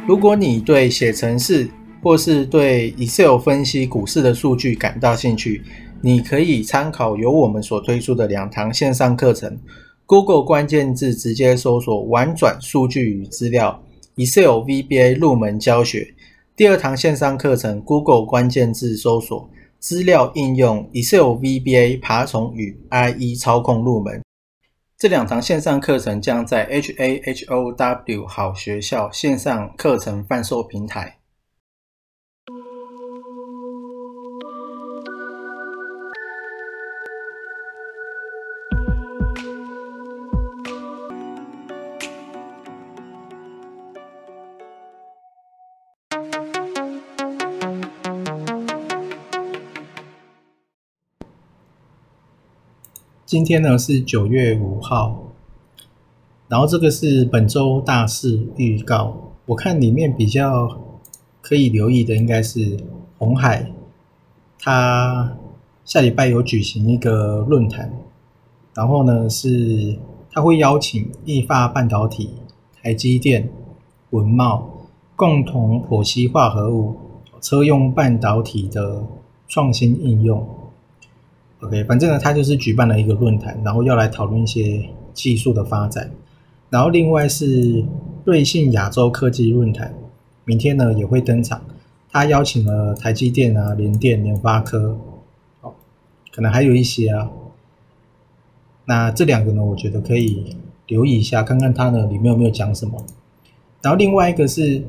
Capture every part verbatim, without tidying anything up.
如果你对写程式或是对 Excel 分析股市的数据感到兴趣，你可以参考由我们所推出的两堂线上课程。 Google 关键字直接搜索玩转数据与资料 Excel V B A 入门教学。第二堂线上课程 Google 关键字搜索资料应用 Excel V B A 爬虫与 I E 操控入门。这两堂线上课程将在 H A H O W 好学校线上课程贩售平台。今天呢是九月五号，然后这个是本周大事预告。我看里面比较可以留意的应该是鸿海，他下礼拜有举行一个论坛，然后呢是他会邀请意法半导体、台积电、文茂共同剖析化合物车用半导体的创新应用。OK， 反正呢，他就是举办了一个论坛，然后要来讨论一些技术的发展。然后另外是瑞信亚洲科技论坛，明天呢也会登场。他邀请了台积电啊、联电、联发科，哦，可能还有一些啊。那这两个呢，我觉得可以留意一下，看看他呢里面有没有讲什么。然后另外一个是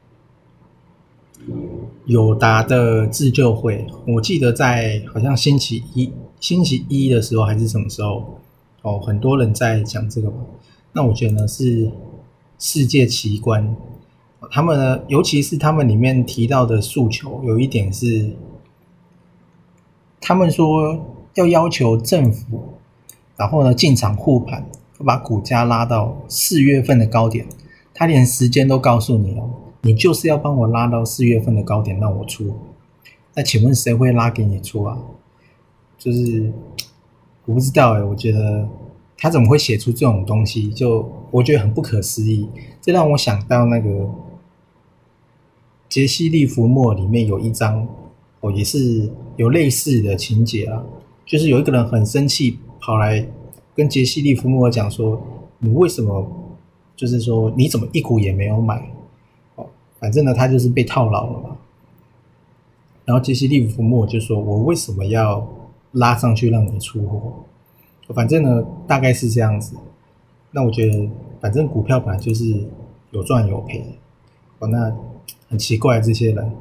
友达的自救会，我记得在好像星期一星期一的时候还是什么时候哦，很多人在讲这个。那我觉得呢是世界奇观，他们呢尤其是他们里面提到的诉求有一点是，他们说要要求政府然后呢进场护盘，把股价拉到四月份的高点，他连时间都告诉你哦，你就是要帮我拉到四月份的高点让我出。那请问谁会拉给你出啊？就是我不知道耶，我觉得他怎么会写出这种东西，就我觉得很不可思议。这让我想到那个杰西·利弗莫里面有一章哦，也是有类似的情节啊，就是有一个人很生气跑来跟杰西·利弗莫讲说，你为什么就是说你怎么一股也没有买哦，反正呢他就是被套牢了嘛。然后杰西·利弗莫就说，我为什么要拉上去让你出货？反正呢大概是这样子。那我觉得反正股票本来就是有赚有赔哦，那很奇怪这些人。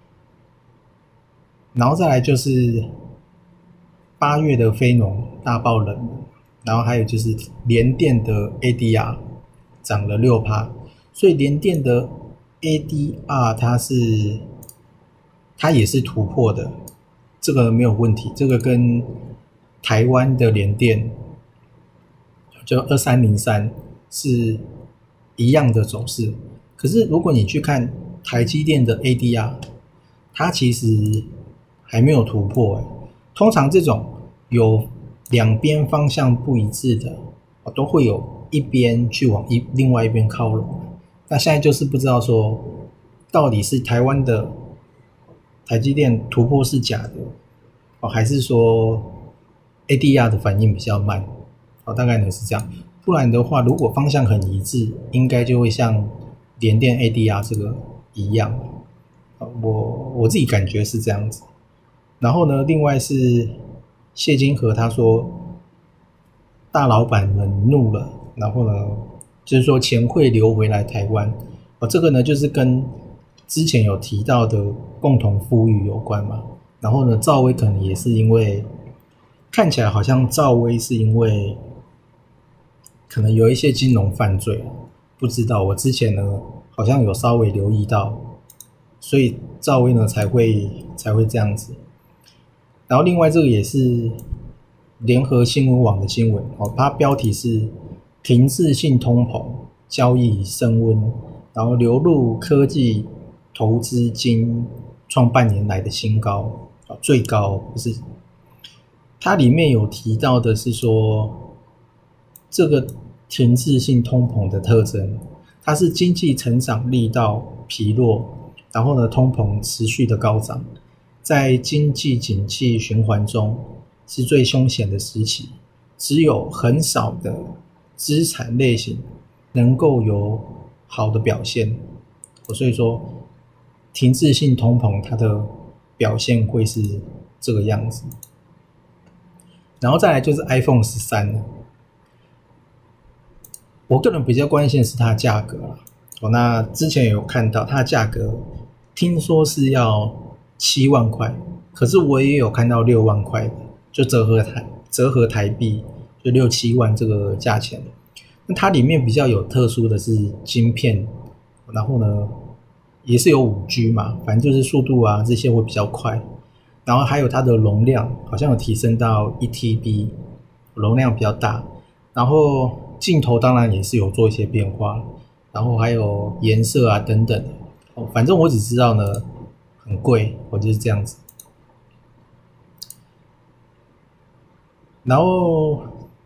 然后再来就是八月的非农大爆冷，然后还有就是联电的 A D R 涨了 百分之六， 所以联电的 A D R 它是它也是突破的，这个没有问题，这个跟台湾的联电就二三零三是一样的走势。可是如果你去看台积电的 A D R， 它其实还没有突破耶。通常这种有两边方向不一致的，都会有一边去往一另外一边靠拢。那现在就是不知道说到底是台湾的台积电突破是假的，哦，还是说 A D R 的反应比较慢，哦，大概呢是这样。不然的话，如果方向很一致，应该就会像联电 A D R 这个一样。我我自己感觉是这样子。然后呢，另外是谢金河他说，大老板们怒了，然后呢，就是说钱会流回来台湾。哦，这个呢就是跟之前有提到的共同富裕有关嘛。然后呢，兆威可能也是因为看起来好像兆威是因为可能有一些金融犯罪，不知道，我之前呢好像有稍微留意到，所以兆威呢才会才会这样子。然后另外这个也是联合新闻网的新闻，哦，它标题是停滞性通膨，交易升温，然后流入科技投资金创半年来的新高，最高不是。它里面有提到的是说，这个停滞性通膨的特征， 它是经济成长力道疲弱，然后呢，通膨持续的高涨，在经济景气循环中是最凶险的时期，只有很少的资产类型能够有好的表现，所以说停滞性通膨它的表现会是这个样子。然后再来就是 iPhone 十三了，我个人比较关心的是它的价格啦。哦，那之前有看到它的价格，听说是要七万块，可是我也有看到六万块的，就折合台折合台币就六七万这个价钱。那它里面比较有特殊的是晶片，然后呢也是有 五 G 嘛，反正就是速度啊这些会比较快。然后还有它的容量好像有提升到 一 T B， 容量比较大。然后镜头当然也是有做一些变化，然后还有颜色啊等等。哦，反正我只知道呢很贵，我就是这样子。然后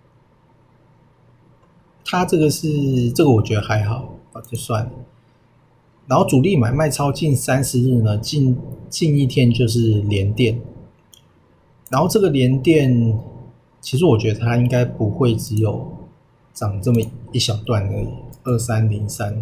它这个是这个我觉得还好，就算了。然后主力买卖超近三十日呢，近近一天就是联电，然后这个联电，其实我觉得它应该不会只有涨这么一小段而已，二三零三，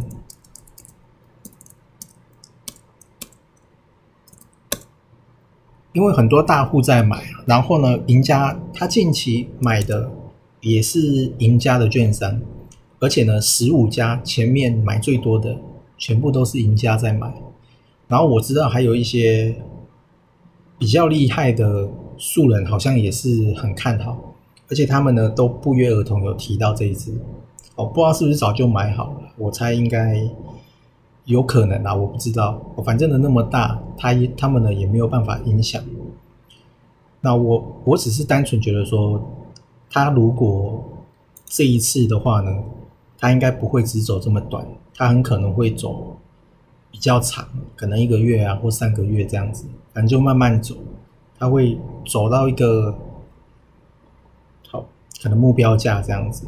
因为很多大户在买，然后呢，赢家他近期买的也是赢家的券商，而且呢，十五家前面买最多的。全部都是赢家在买，然后我知道还有一些比较厉害的素人好像也是很看好，而且他们呢都不约而同有提到这一支，哦，不知道是不是早就买好了，我猜应该有可能啊，我不知道，反正呢那么大，他他们呢也没有办法影响。那我我只是单纯觉得说，他如果这一次的话呢，他应该不会只走这么短。它很可能会走比较长，可能一个月啊或三个月这样子，反正就慢慢走，它会走到一个好可能目标价这样子，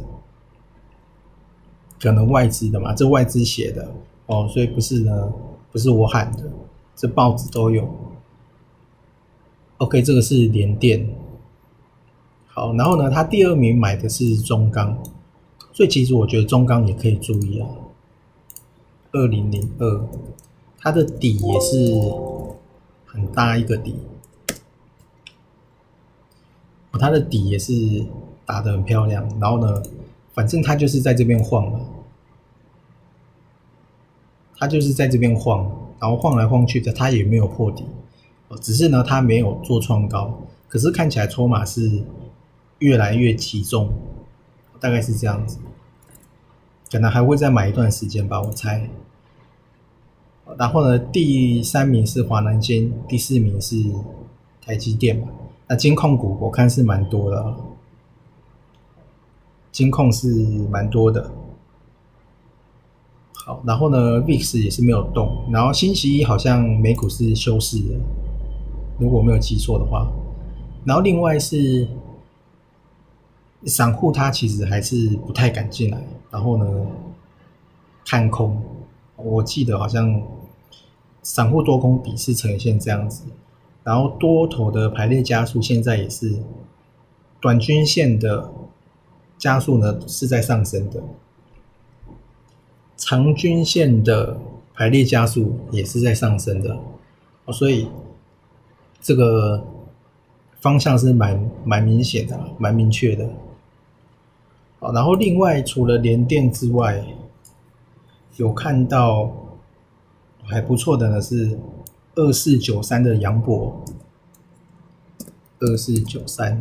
可能外资的嘛，这外资写的哦，所以不是呢，不是我喊的，这报纸都有。OK， 这个是联电，好，然后呢，他第二名买的是中钢，所以其实我觉得中钢也可以注意啊。二零零二，它的底也是很大一个底，它的底也是打得很漂亮。然后呢，反正它就是在这边晃了，它就是在这边晃，然后晃来晃去的，它也没有破底，只是呢它没有做创高，可是看起来筹码是越来越集中，大概是这样子，可能还会再买一段时间吧，我猜。然后呢，第三名是华南金，第四名是台积电嘛。那金控股我看是蛮多的，金控是蛮多的。好，然后呢 ，V I X 也是没有动。然后星期一好像美股是休市的，如果我没有记错的话。然后另外是散户他其实还是不太敢进来，然后呢看空。我记得好像散户多空比是呈现这样子，然后多头的排列加速现在也是短均线的加速呢是在上升的，长均线的排列加速也是在上升的，所以这个方向是蛮蛮明显的，蛮明确的。好，然后另外除了联电之外，有看到还不错的呢是二四九三的阳博，二四九三，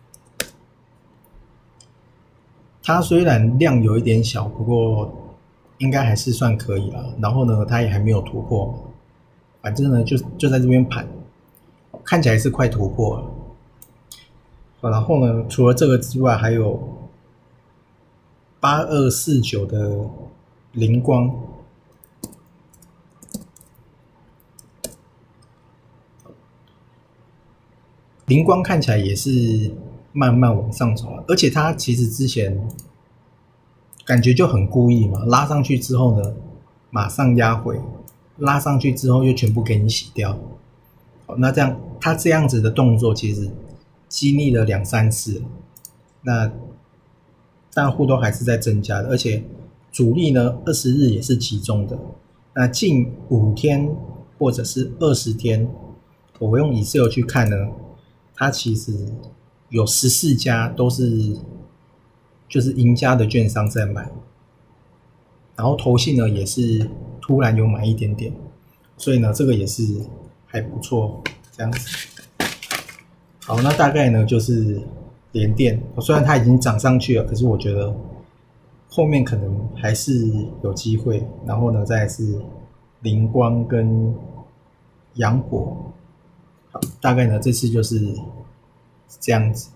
它虽然量有一点小，不过应该还是算可以啦。然后呢，它也还没有突破，反正呢就就在这边盘，看起来是快突破了。然后呢，除了这个之外，还有八二四九的凌光，凌光看起来也是慢慢往上走，而且它其实之前感觉就很故意嘛，拉上去之后呢，马上压回，拉上去之后又全部给你洗掉。好，那这样它这样子的动作其实经历了两三次，那大户都还是在增加的，而且主力呢二十日也是集中的。那近五天或者是二十天，我会用 Excel 去看呢，它其实有十四家都是就是赢家的券商在买，然后投信呢也是突然有买一点点，所以呢这个也是还不错这样子。好，那大概呢就是联电，虽然它已经涨上去了，可是我觉得后面可能还是有机会。然后呢再来是凌光跟阳火。好，大概呢这次就是这样子。